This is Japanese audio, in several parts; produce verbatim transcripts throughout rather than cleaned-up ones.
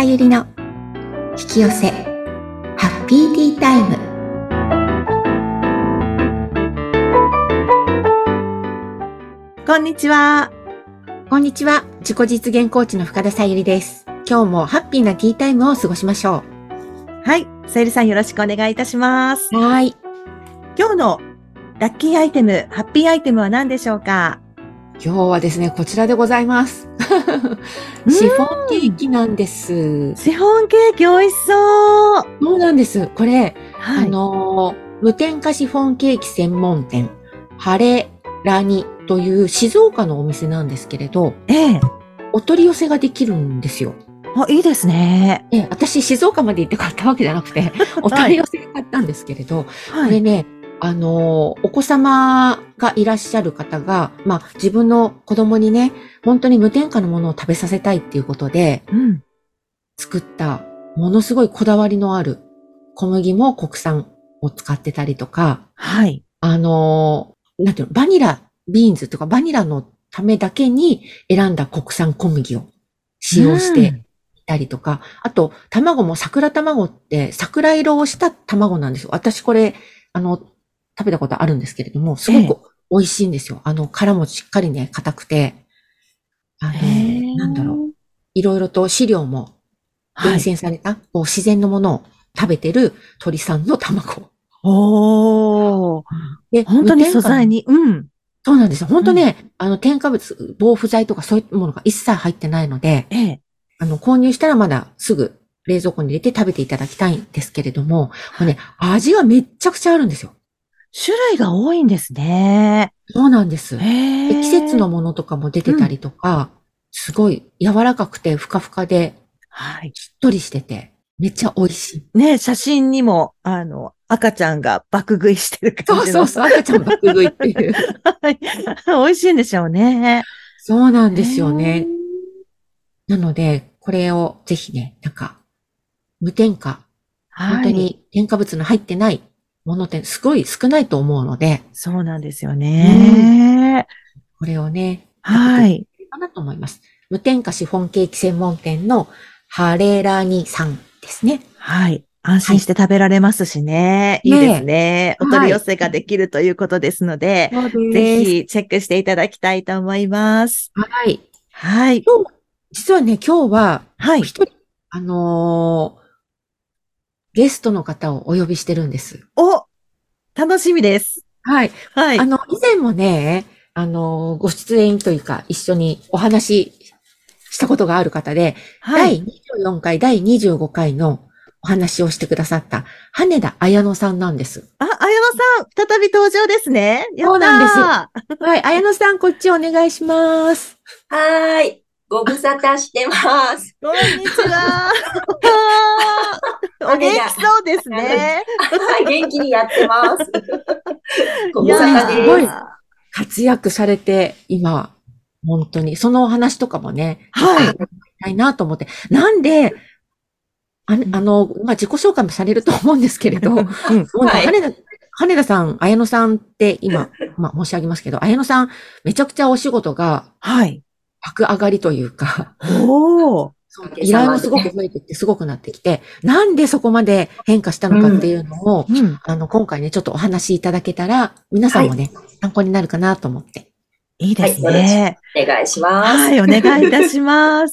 ゆりの引き寄せハッピーティータイム。 こんにちは。 こんにちは。自己実現コーチの深田さゆりです。今日もハッピーなティータイムを過ごしましょう。はい。さゆりさんよろしくお願いいたします。 はい。 今日のラッキーアイテム、ハッピーアイテムは何でしょうか？ 今日はですね、こちらでございます。シフォンケーキなんです。 シフォンケーキ美味しそう。 そうなんです。これ、 はい、 あの、無添加シフォンケーキ専門店、ハレラニという静岡のお店なんですけれど、 ええ、 お取り寄せができるんですよ。 あ、いいですね。 ええ、私、静岡まで行って買ったわけじゃなくて、お取り寄せで買ったんですけれど、はい、これね、あの、お子様がいらっしゃる方が、まあ、自分の子供にね、本当に無添加のものを食べさせたいっていうことで、うん、作った、ものすごいこだわりのある小麦も国産を使ってたりとか、 はい。 あの、なんていうの、バニラビーンズとかバニラのためだけに選んだ国産小麦を使用していたりとか、うん、あと、卵も桜卵って桜色をした卵なんですよ。私これ、あの、食べたことあるんですけれども、すごく美味しいんですよ。ええ、あの、殻もしっかりね、硬くて、あの、なんだろう。いろいろと飼料も厳選された、はい、こう自然のものを食べてる鳥さんの卵。 おー。で、本当に素材に。うん。 そうなんですよ。本当ね、うん、あの、添加物、防腐剤とかそういうものが一切入ってないので、 ええ、 あの、購入したらまだすぐ冷蔵庫に入れて食べていただきたいんですけれども、これね、味がめっちゃくちゃあるんですよ。 種類が多いんですね。 そうなんです。 へー。 季節のものとかも出てたりとか、うん、すごい柔らかくてふかふかで、はい。しっとりしてて、めっちゃ美味しい。 ね、写真にも、あの、赤ちゃんが爆食いしてる感じの。 そうそうそう、赤ちゃん爆食いっていう。 はい。美味しいんでしょうね。 そうなんですよね。なので、これをぜひね、なんか、無添加、はい、本当に添加物の入ってないものってすごい少ないと思うので。 そうなんですよね。 うん、これをね、 はい。 いいかなと思います。無添加シフォンケーキ専門店のハレラニさんですね。 はい。安心して食べられますしね。はい、いいですね。お取り寄せができるということですので、はい、ぜひチェックしていただきたいと思います。 はい。 はい。 今日、実はね、今日は、 はい。 一人、あのー、ゲストの方をお呼びしてるんです。 お、楽しみです。 はい。 はい。 あの、以前もね、あの、ご出演というか、一緒にお話ししたことがある方で、はい、だいにじゅうよんかい、だいにじゅうごかいのお話をしてくださった、羽田綾乃さんなんです。 あ、綾乃さん、再び登場ですね。やったー。 そうなんです。はい、綾乃さん、こっちお願いします。 はーい。ご無沙汰してます。 こんにちは。お元気そうですね。 はい、元気にやってます。 ご無沙汰です。すごい活躍されて、今、本当に、そのお話とかもね、 はい。 したいなと思って。なんで、あ, あの、まあ、自己紹介もされると思うんですけれど、うん、もうね、はい、羽田、羽田さん、綾乃さんって今、まあ、申し上げますけど、綾乃さん、めちゃくちゃお仕事が、 はい。 爆上がりというか、 おー。 依頼もすごく増えてきて、すごくなってきて、なんでそこまで変化したのかっていうのを、うんうん、あの、今回ね、ちょっとお話しいただけたら、皆さんもね、はい、参考になるかなと思って。 いいですね。 はい、お願いします。 はい、お願いいたします。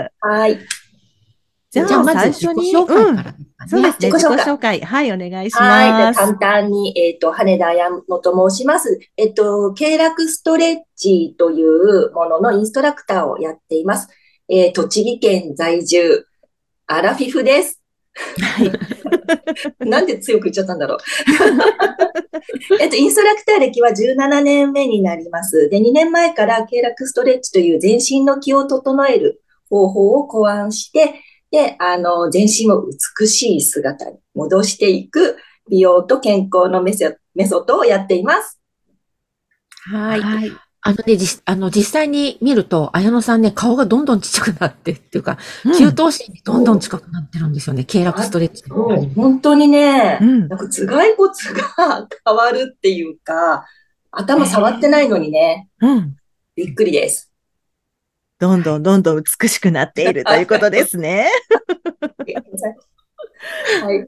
はい。 じゃあ、まず最初に、 自己紹介からですかね、 うん。そうですね、自己紹介。はい、お願いします。 はい。簡単に、えっと、羽田綾乃と申します。えっと、経絡ストレッチというもののインストラクターをやっています。えー、栃木県在住、アラフィフです。はい。なんで強く言っちゃったんだろう。えっと、インストラクター歴はじゅうななねんめになります。で、にねんまえから経絡ストレッチという全身の気を整える方法を考案して、で、あの、全身を美しい姿に戻していく美容と健康のメソッドをやっています。 はい。はい。あのね、実、あの、実際に見ると、綾乃さんね、顔がどんどんちっちゃくなってっていうか、うん、給湯芯にどんどん近くなってるんですよね、経絡ストレッチ。 本当にね、うん、なんか頭蓋骨が変わるっていうか、頭触ってないのにね、うん、びっくりです。 どんどんどんどん美しくなっているということですね。 りがとうございます。はい。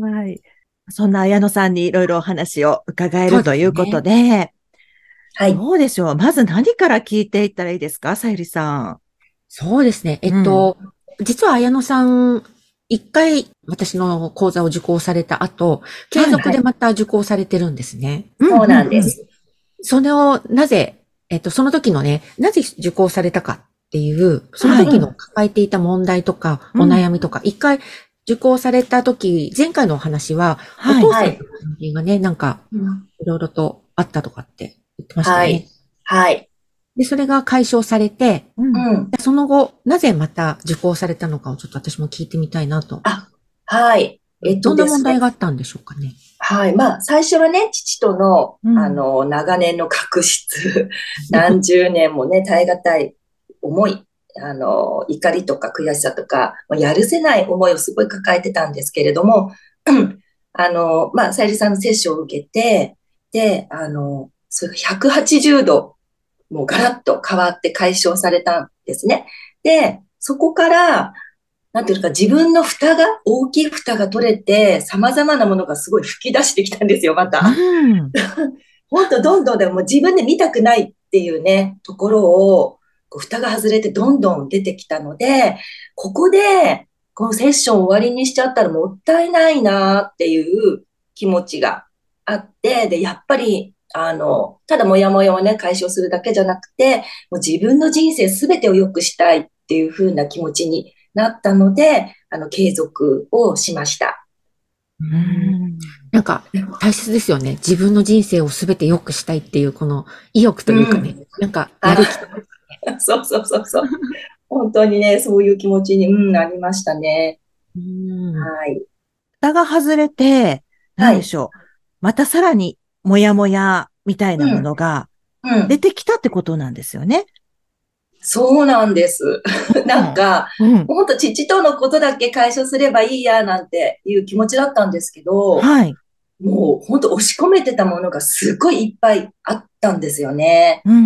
はい。そんな綾野さんにいろいろお話を伺えそうでするということで、 ね。 はい。 どうでしょう。まず何から聞いていったらいいですか、さゆりさん。 そうですね。えっと、実は綾野さん、一回私の講座を受講された後、継続でまた受講されてるんですね。 そうなんでうんす。 それをなぜ、えっと、その時のね、なぜ受講されたかっていう、そのはい時の抱えていた問題とか、 うんお悩みとか、一回受講された時、前回のお話は、おはい。 はい。 父さんの関係がね、なんか、いろいろとあったとかって言ってましたよね。 はい。はい。 で、それが解消されて、 うんうん。 その後、なぜまた受講されたのかをちょっと私も聞いてみたいなと。 あ、はい。えっとどんな問ですね。 題があったんでしょうかね。 はい。まあ、最初はね、父との、 うんあの、長年の確執、何十年もね、耐え難い思い、あの、怒りとか悔しさとか、まあやるせない思いをすごい抱えてたんですけれども、うんあの、まあ、さゆりさんのセッションを受けて、で、あの、それがひゃくはちじゅうど、もうガラッと変わって解消されたんですね。で、そこから、なんていうか、自分の蓋が、大きい蓋が取れて、様々なものがすごい吹き出してきたんですよ、また。 うん。 本当どんどんでもう自分で見たくないっていうね、ところを、こう蓋が外れてどんどん出てきたので、ここで、このセッション終わりにしちゃったらもったいないなっていう気持ちがあって、で、やっぱり、あの、ただもやもやをね、解消するだけじゃなくて、もう自分の人生すべてを良くしたいっていう風な気持ちになったので、あの、継続をしました。 うんなんか、大切ですよね。自分の人生をすべて良くしたいっていう、この意欲というかね。 うん。 なんか、やる気とか。 あ、そうそうそうそう。本当にね、そういう気持ちに、うん、なりましたね。 うん。 はい。 蓋が外れて、なはい。 んでしょう。またさらに、もやもやみたいなもうん、 のがうん。 出てきたってことなんですよね。 そうなんです。なんか、 うん。 本当父とのことだけ解消すればいいや、なんていう気持ちだったんですけど、 はい。 もう本当押し込めてたものがすごいいっぱいあったんですよね。 うん。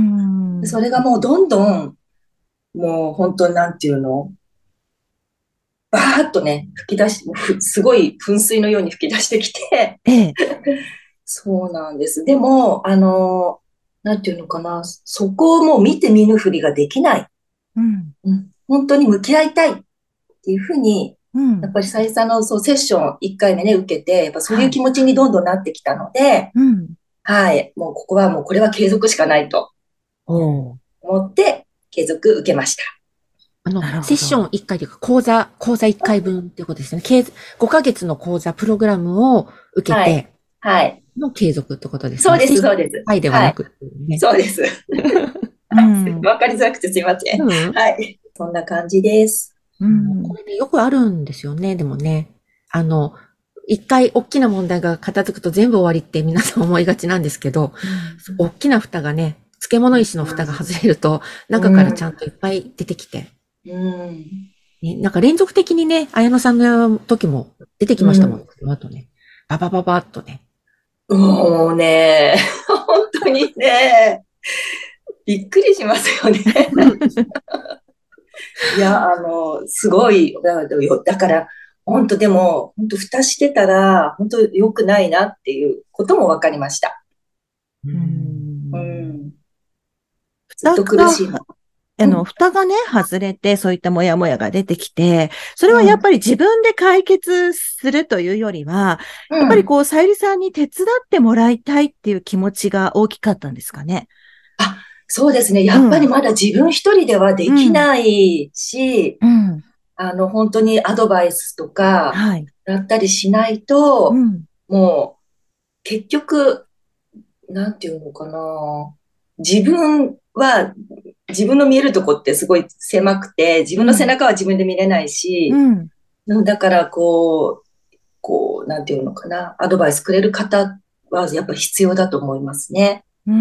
それがもうどんどん、もう本当になんていうのバーッとね、吹き出し、ふすごい噴水のように吹き出してきて、 ええ。 そうなんです。でも、あの、なんていうのかな、そこをもう見て見ぬふりができない。 うん。 うん、本当に向き合いたいっていうふうに、 うん。 やっぱりさゆりさんのそうセッションいっかいめね、受けて、やっぱそういはい。 う気持ちにどんどんなってきたので、 うん。 はい、もうここはもうこれは継続しかないとおー。 思って継続受けました。 あの、 なるセッションほど。 いっかいというか、講座、講座いっかいぶんっていうことですね。継ごかげつの講座、プログラムを受けはい。 てはい。 の継続ってことですね。 そうです、 セッションそうです。 いっかいでははい。 なくっていうね。 そうです。 うん。 わかりづらくてすいません。 うん。 はい。そんな感じです。 うん。 これね、よくあるんですよね、でもね。あの、一回大きな問題が片付くと全部終わりって皆さん思いがちなんですけど、 うん。 大きな蓋がね、漬物石の蓋が外れると、中からちゃんうん。 といっぱい出てきて、 うん。 ね、なんか連続的にね、綾野さんの時も出てきましたもん。 うん。 その後ね。ババババッとね。 もうね、本当にね、びっくりしますよね。いや、あの、すごい、だだから、本当でも、本当蓋してたら、本当良くないなっていうことも分かりました。 うううん。 ん。ずっ蓋と苦しいが、 の。 あの、 うん。 蓋がね、外れて、そういったもやもやが出てきて、それはうん。 やっぱり自分で解決するというよりは、 うん。 やっぱりこう、さゆりさんに手伝ってもらいたいっていう気持ちが大きかったんですかね。 あ、そうですね。 うん、 やっぱりまだ自分一人ではでうん、 きないし、 うん、 あの、本当にアドバイスとか、 はい、 やったりしないと、 うん、 もう、結局、なんていうのかな。自分は、自分の見えるとこってすごい狭くて、自分の背うん、 中は自分で見れないうし、 ん、 うんだからこう、こう、なんていうのかな。アドバイスくれる方はやっぱ必要だと思いますね。 うん、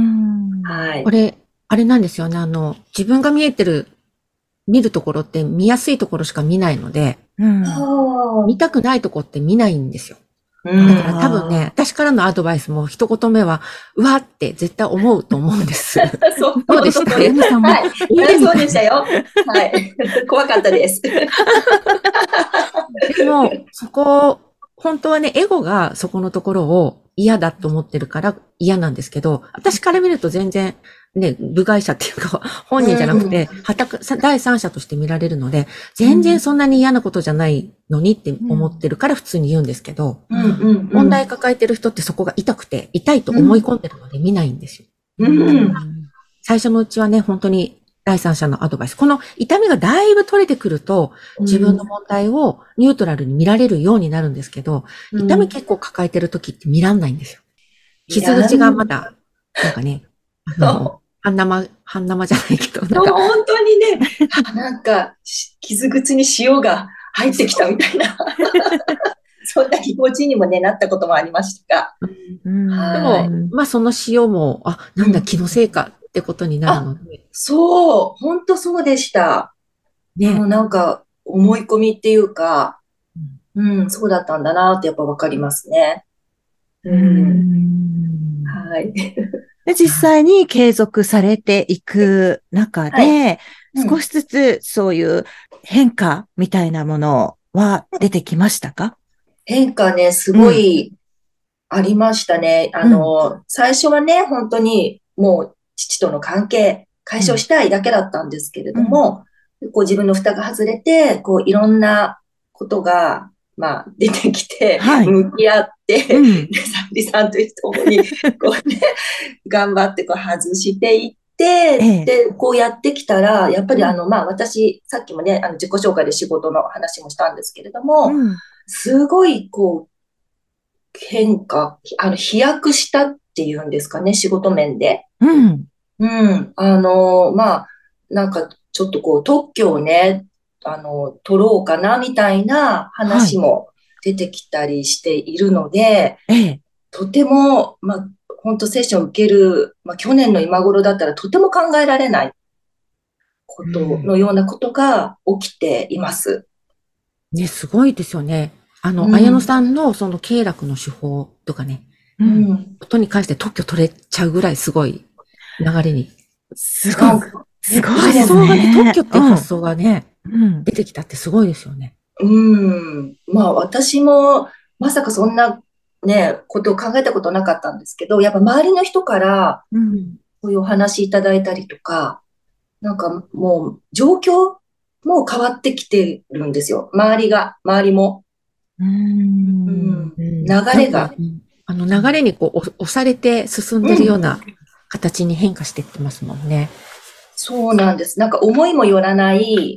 はい。 これ、あれなんですよね。あの、自分が見えてる、見るところって見やすいところしか見ないので、 うん、 ああ、 見たくないところって見ないんですよ。 うんだから多分ね、私からのアドバイスも一言目は、うわって絶対思うと思うんです。 そうどうでしたそうヤミさんも。 はい。そうでしたよ。はい。怖かったです。 でも、そこ、本当はね、エゴがそこのところを嫌だと思ってるから嫌なんですけど、私から見ると全然、ね、部外者っていうか、本人じゃなくて、はたか、第三者として見られるので、全然そんなに嫌なことじゃないのにって思ってるから普通に言うんですけど、 うんうん問題抱えてる人ってそこが痛くて、痛いと思い込んでるので見ないんですよ。 うん最初のうちはね、本当に第三者のアドバイス。この痛みがだいぶ取れてくると、自分の問題をニュートラルに見られるようになるんですけど、 うん痛み結構抱えてる時って見らんないんですよ。傷口がまだ、なんかね、あの、半生、半生じゃないけど、なんか、 本当にね、あなんか、し傷口に塩が入ってきたみたいな、そんな気持ちにもね、なったこともありましたが。 でも、 はい。 まあその塩も、あ、なんだ気のせいかってことになるあ、 ので、 そう、本当そうでした。もうね。 なんか、思い込みっていうか、うん、そうだったんだなってやっぱわかりますね。 ううん。 んはい。 で、実際に継続されていく中はい。 で、 うん少しずつそういう変化みたいなものは出てきましたか？ 変化ね、すうん。 ごいありましたね。あうん。 の、最初はね、本当にもう父との関係解消したいだけだったんですけれうん。 ども、こう自分の蓋が外れて、こういろんなことが、まあ出てきて、 はい。 向き合って、 うん。 で、サリさんと共に、こうね、頑張ってこう外していって、 ええ。 で、こうやってきたら、やっぱうん。 りあの、まあ私、さっきもね、あの自己紹介で仕事の話もしたんですけれども、 うん。 すごいこう変化、あの、飛躍したっていうんですかね、仕事面で。 うん。 うん。あの、まあ、なんか、ちょっとこう、特許をね、あの、取ろうかな、みたいなはい。 話も出てきたりしているので、 ええ。 とても、まあ、本当セッションを受ける、まあ、去年の今頃だったらとても考えられないことうん。 のようなことが起きています。 ね、すごいですよね。あの、 うん。 綾野さんのその経絡の手法とかね、 うん。 うん。 ことに関して特許取れちゃうぐらいすごい流れに。 すごい。 なんか、 すね、 ごいです発想がね、特ね。 許っていう発うん。 想がね、 うん。 出てきたってすごいですよね。 うん。まあ私もまさかそんなね、ことを考えたことなかったんですけど、やっぱ周りの人からうん。 うん。 そういうお話いただいたりとか、なんかもう状況も変わってきてるんですよ。周りが、周りも。 ううん。 ん。 うん。 流なんか、 れが。 うん、あの流れにこう押押されて進んうん。 でるような形に変化していってますもんね。 そうなんです。なんか思いもよらない、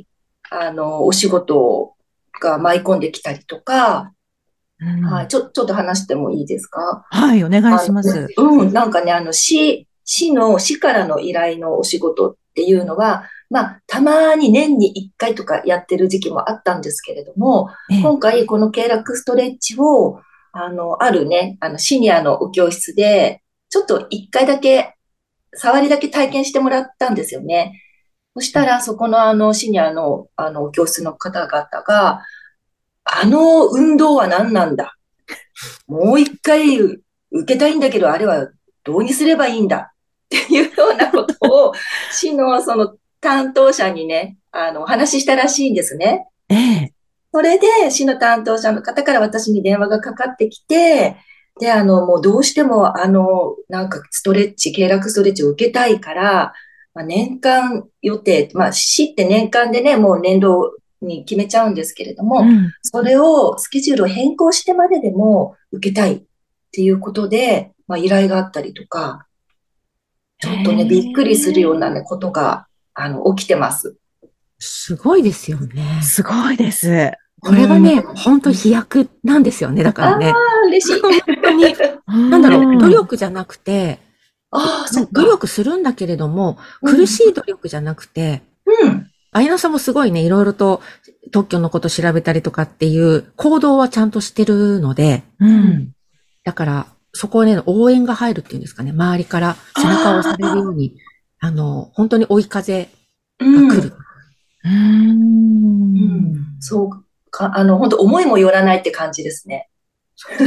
あの、お仕事が舞い込んできたりとか、はい。 うん。 ちょ、ちょっと話してもいいですか？ はい、お願いあの、 します。 うん、なんかね、あの、市、市の、市からの依頼のお仕事っていうのは、まあ、たまに年にいっかいとかやってる時期もあったんですけれども、 ええ。 今回この経絡ストレッチを、あの、あるね、あの、シニアのお教室で、ちょっといっかいだけ、触りだけ体験してもらったんですよね。そしたら、そこのあの、シニアの、あの、教室の方々が、あの運動は何なんだ、もう一回受けたいんだけど、あれはどうにすればいいんだっていうようなことを、市のその担当者にね、あの、お話ししたらしいんですね。 ええ。 それで、市の担当者の方から私に電話がかかってきて、で、あの、もうどうしても、あの、なんかストレッチ、経絡ストレッチを受けたいから、まあ、年間予定、まあ、市って年間でね、もう年度に決めちゃうんですけれども、 うん。 それを、スケジュールを変更してまででも受けたいっていうことで、まあ、依頼があったりとか、ちへょっとね、びっくりするようなえ。 ね、ことが、あの、起きてます。 すごいですよね。 すごいです。 これがうん。 ね、ほんと飛躍なんですよね。だかああ、 らね。 嬉しい。 本当に、 うなんだろう、努ん。 力じゃなくて、 ああ、そっか。 努力するんだけれども、苦しうん。 い努力じゃなくて、 うん。 綾野さんもすごいね、いろいろと特許のこと調べたりとかっていう行動はちゃんとしてるので、 ううん。 ん。 だからそこへね、応援が入るっていうんですかね、周りから背中を押されるよああ、 うに、あの、本当に追い風うが来る。 ん。 ううん。 ん。 そうか、あの、本当思いもよらないって感じですね。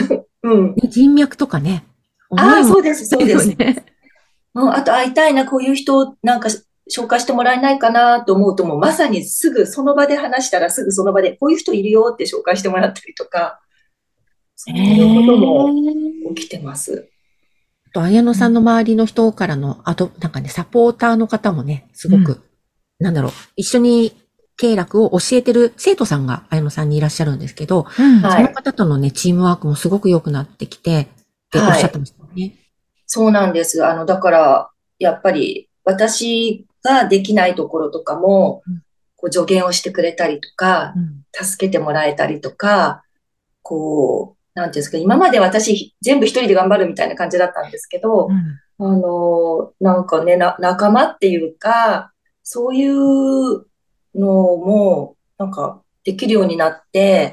うん。 人脈とかね。 ああ、そうです、そうです。 ね。 うん、あと会いたいな、こういう人なんか紹介してもらえないかなと思うと、もうまさにすぐその場で話したらすぐその場でこういう人いるよって紹介してもらったりとか、 へそういうこともー。 起きてます。 と、綾野うん。 さんの周りの人からの、あと、なんかね、サポーターの方もね、すうん。 ごく、なんだろう、一緒に経絡を教えてる生徒さんが綾野さんにいらっしゃるんですけど、 うん。 そのはい。 方とのね、チームワークもすごく良くなってきて、っておっはい。 しゃってましたね。 そうなんです。あの、だから、やっぱり私ができないところとかも、 うん。 こう助言をしてくれたりとか、 うん。 助けてもらえたりとか、こう、なんていうんですか、今まで私全部一人で頑張るみたいな感じだったんですけど、 うん。 あの、なんかね、な、仲間っていうか、そういうのも、なんかできるようになって、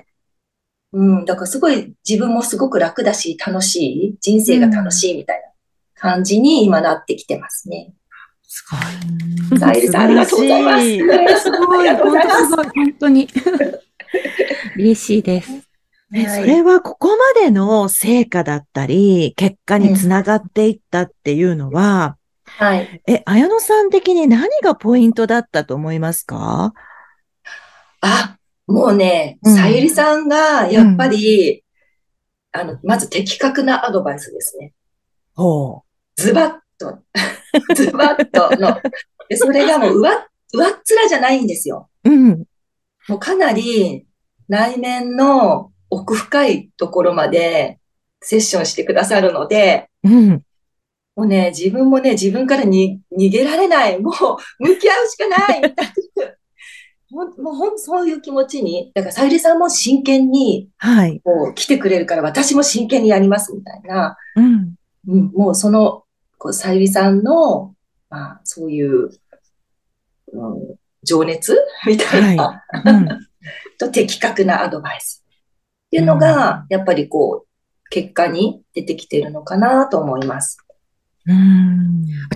うん、だからすごい自分もすごく楽だし、楽しい、人う生が楽ん。 しいみたいな感じに今なってきてますね。 すごうい。 さん。 ゆりさん、あり素晴らがとうございます。 しい。 えー、すありごい。 がとうございます。 本当すごい。本当に。嬉しいです。 え、 はい。 それはここまでの成果だったり、結果につうん。 ながっていったっていうのは、 はい。 え、綾野さん的に何がポイントだったと思いますか？ あ、もうね、 うん。 さゆりさんがやっぱうん。 り、あの、まず的確なアドバイスですね。 ほズバッと、ズバッとの。で、それがもう上、上っ面じゃないんですよ。 う。うん。 もうかなり内面の奥深いところまでセッションしてくださるので、 うん。 もうね、自分もね、自分からに逃げられない。もう向き合うしかないみたいな。ほんもうほんとそういう気持ちに、だからさゆりさんも真剣にはい。 こう来てくれるから私も真剣にやりますみたいな。 うん。 うん、もうその、こう、さゆりさんの、まあ、そういう、うん、情熱みたいはい。 な、 うん。 と的確なアドバイスっていうのうん。 が、やっぱりこう、結果に出てきているのかなと思います。 うん。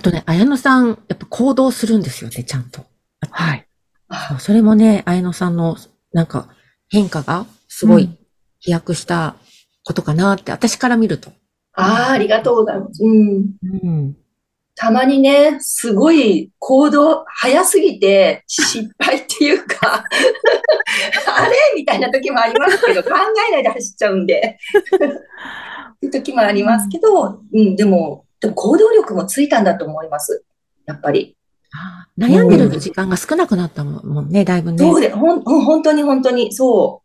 あとね、綾野さん、やっぱ行動するんですよね、ちゃんと。 はい。 そう、 あ、 それもね、綾野さんの、なんか、変化がすごいうん。 飛躍したことかなって、私から見ると。 あー、ありがとうございます。うん。 うん。 たまにね、すごい行動早すぎて失敗っていうかあれみたいな時もありますけど、考えないで走っちゃうんでっていう時もありますうん。 けど、うん、でも、でも行動力もついたんだと思います。やっぱり。 あー、 う悩んでるん。 時間が少なくなったもんもんね、だいぶね。 そうで、ほん、ほん本当に本当に、そう。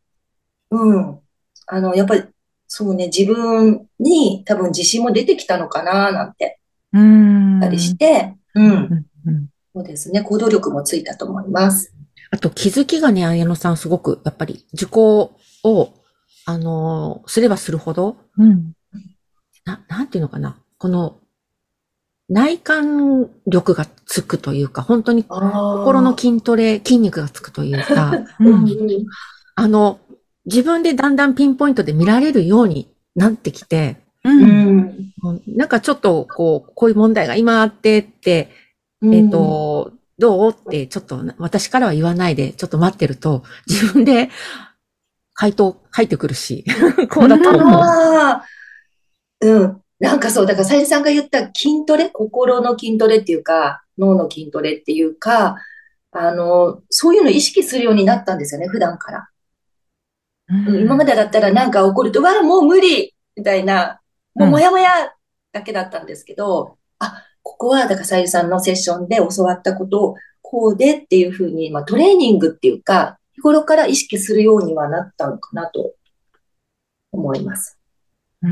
うん。あの、やっぱり、そうね、自分に多分自信も出てきたのかな、なんて、 うたりん。 して、ううん。 ん。 うん。 そうですね、行動力もついたと思います。 あと気づきがね、綾野さんすごく、やっぱり受講を、あのーすればするほど、 うん。 な、なんていうのかな。この内観力がつくというか、本当にあ心のあ。 筋トレ、筋肉がつくというか、 うんうん。 うん。 あの、自分でだんだんピンポイントで見られるようになってきて、 ううん。 ん。 なんかちょっと、こう、こういう問題が今あってって、えっうん。 と、どうってちょっと私からは言わないでちょっと待ってると自分で回答書いてくるし、こううだと思う。 ん。 ああ。うん。なんかそう、だからさゆりさんが言った筋トレ、心の筋トレっていうか、脳の筋トレっていうか、あの、そういうのを意識するようになったんですよね、普段から。 ううん、今まん。 でだったらなんか起こると、わあ、もう無理みたいな、もうもうん。 やもやだけだったんですけど、あ、ここは、だからさゆりさんのセッションで教わったことを、こうでっていうふうに、まあトレーニングっていうか、日頃から意識するようにはなったのかなと思います。 うん。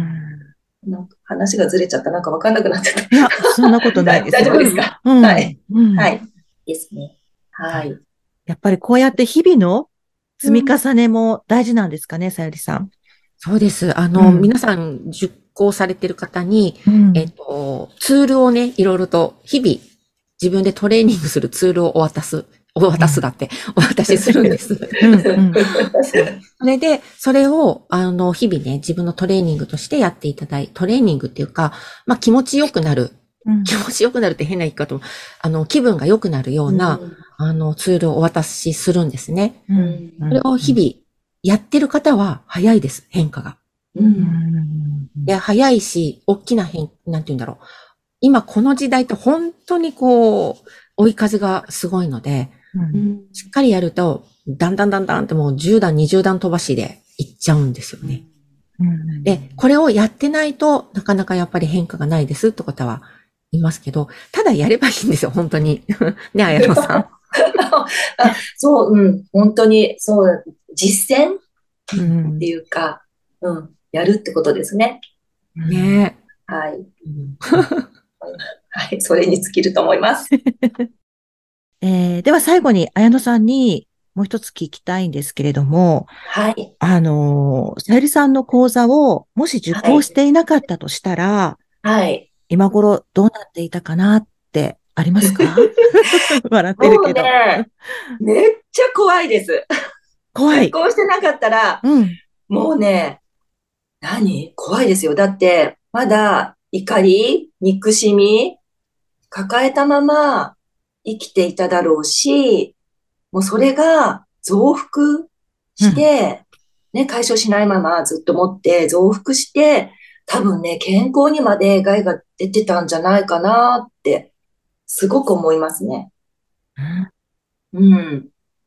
なんか話がずれちゃった。なんかわかんなくなっちゃっいや、そんなことた。だ、 ないですよ。 大丈夫ですか？ うん。 はい。 うん。 はい。ですね。はい。 やっぱりこうやって日々の積みうん。 重ねも大事なんですかね、さゆりさん。 そうです。あの、 うん。 皆さん受講されてる方に、えっうん。 と、ツールをね、いろいろと日々自分でトレーニングするツールをお渡す、おうん。 渡すだって、お渡しするんです。 うん。うん。 そう。それで、それを、あの、日々ね、自分のトレーニングとしてやっていただい、トレーニングっていうか、まあ、気持ちよくなる、 うん。 気持ちよくなるって変な言い方も、あの、気分が良くなるよううな、 ん。 あの、ツールをお渡しするんですね。 うん。 うん。 うん。 それを日々やってる方は早いです、変化が。 ううん。 ん。 で、早いし、大きな変、なんて言うんだろう。今この時代って本当にこう、追い風がすごいので、 うん、 しっかりやると、だんだんだんだんってもうじゅう段、にじゅう段飛ばしでいっちゃうんですよね。 うん、 で、これをやってないとなかなかやっぱり変化がないですって方は言いますけど、ただやればいいんですよ、本当に。ね、綾野さん。 あ、そう、うん、本当に、そう、実践うんっていうか、うん、やるってことですね。 ねはい。 うんはい、それに尽きると思います。 えーでは最後に、綾野さんにもう一つ聞きたいんですけれども、 はい。 あのー、さゆりさんの講座をもし受講はい。 していなかったとしたら、 はい。 今頃どうなっていたかなってありますか？笑ってるもうけど。 ね、めっちゃ怖いです。受怖い。 講してなかったら、 うん。 もうね、何怖いですよ。だって、まだ怒り、憎しみ、抱えたまま生きていただろうし、もうそれが増幅うん。 して、ね、解消しないままずっと持って増幅して、多分ね、健康にまで害が出てたんじゃないかなって、すごく思いますね。うん。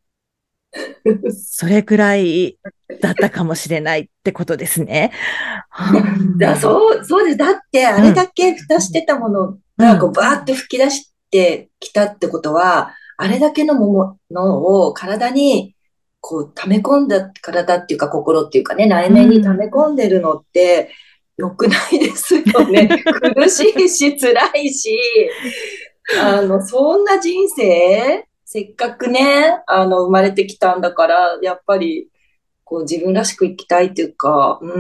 それくらいだったかもしれないってことですね。うね、だ、 ん。 そう、そうです。だって、あうん。 れだけ蓋してたものが、こう、 うん。 バーッと吹き出してきたってことは、あれだけのものを体に、こう、溜め込んだ体っていうか、心っていうかね、内う面に溜ん。 め込んでるのって、良くないですよね。苦しいし、辛いし、あの、そんな人生、せっかくね、あの、生まれてきたんだから、やっぱり、こう自分らしく生きたいっていうか、うん。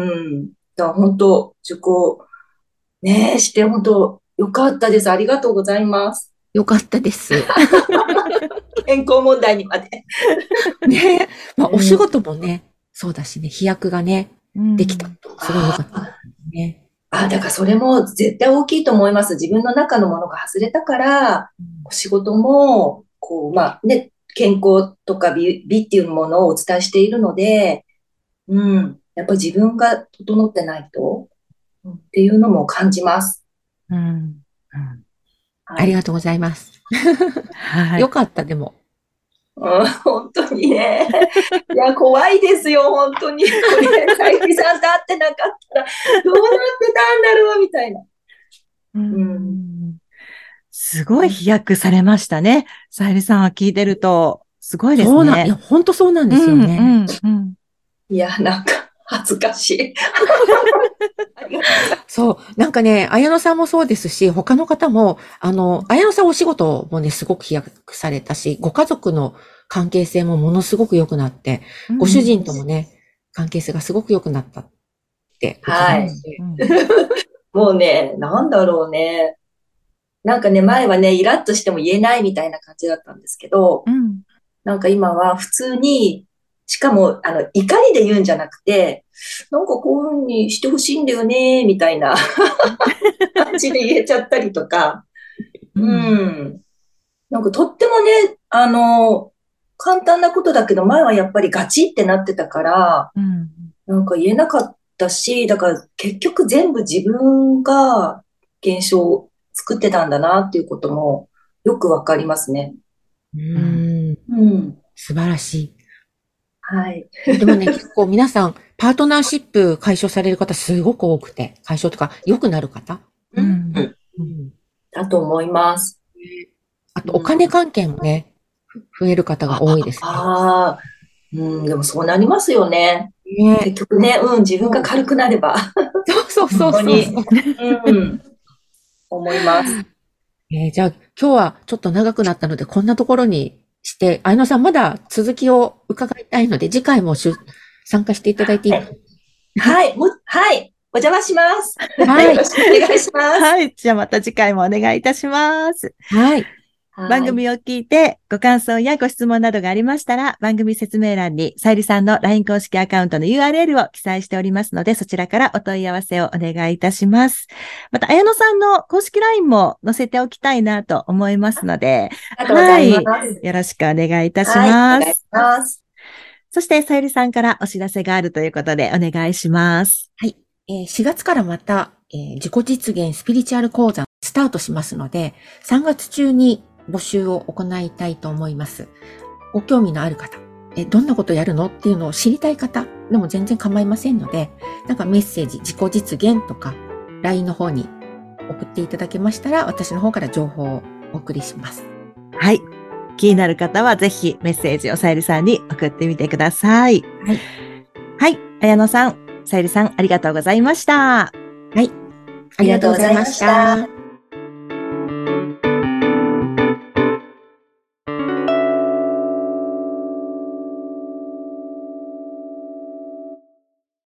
だから本当、受講ね、して本当、よかったです。ありがとうございます。 よかったです。 健康問題にまで。 ねまあ、お仕うん、 事もね、そうだしね、飛躍がね、 うできたん。 と、すごいよかったであすね。 あ、だからそれも絶対大きいと思います。自分の中のものが外れたから、仕事も、こう、まあね、健康とか美、美っていうものをお伝えしているので、うん、やっぱり自分が整ってないと、うんっていうのも感じます。 うん。うん。 はい。 ありがとうございます。 はい。 よかった、でも。 うん、本当にね。いや、怖いですよ、本当に。これ、さゆりさんと会ってなかったら、どうなってたんだろう、みたいな。 ううん。 ん。すごい飛躍されましたね。さゆりさんは聞いてると、すごいですそうなん、いや、 ね。 ほんとそうなんですようん、うね。 ん、うん。 いや、なんか、恥ずかしい。ありがとうございそう。なんかね、綾野さんもそうですし、他の方も、あの、綾野さんお仕事もね、すごく飛躍されたし、ご家族の関係性もものすごく良くなって、ご主うん、 人ともね、関係性がすごく良くなったって伺はい。 うん、うって。 ん。 もうね、なんだろうね。なんかね、前はね、イラッとしても言えないみたいな感じだったんですけど、 うん。 なんか今は普通に、しかも、あの、怒りで言うんじゃなくて、なんかこういうふうにしてほしいんだよね、みたいな感じで言えちゃったりとか、ううん。 ん。なんかとってもね、あの、簡単なことだけど、前はやっぱりガチってなってたから、 うん。 なんか言えなかったし、だから結局全部自分が現象を作ってたんだなっていうこともよくわかりますね。 ううん。 ーん、 うん。 素晴らしはい。 い。でもね、結構皆さん、パートナーシップ解消される方すごく多くて、解消とか良くなる方。 うん。 うん。 うん、 だと思います。 あと、おうん。 金関係もね、増える方が多いですね。 ああ、うん、でもそうなりますよね。 ね。 結局ね、うん、自分がそう軽くなれば、 そううん。 そう本当に、 そうそう。 うん、思います。 えーじゃあ、今日はちょっと長くなったので、こんなところにして、相野さんまだ続きを伺いたいので、次回もしゅ参加していただいていいですか？ はい、も、はい、お邪魔します。 はい。 よろしくお願いします。 はい。じゃあまた次回もお願いいたします。 はい。 はい。 番組を聞いてご感想やご質問などがありましたら、番組説明欄にさゆりさんの ライン 公式アカウントの ユーアールエル を記載しておりますので、そちらからお問い合わせをお願いいたします。また、綾野さんの公式 ライン も載せておきたいなと思いますので、 ありがとうございまはい。 す。 よろしくお願いいたしはい、お願いします。 ます。 そして、さゆりさんからお知らせがあるということでお願いします。 はい。 えー、しがつからまた、えー、自己実現スピリチュアル講座スタートしますので、さんがつ中に募集を行いたいと思います。ご興味のある方、え、どんなことやるのっていうのを知りたい方でも全然構いませんので、なんかメッセージ、自己実現とか ライン の方に送っていただけましたら、私の方から情報をお送りします。 はい。気になる方はぜひメッセージをさゆりさんに送ってみてください。 はい。 はい。綾野さん、さゆりさん、ありがとうございました。 はい。ありがとうございました。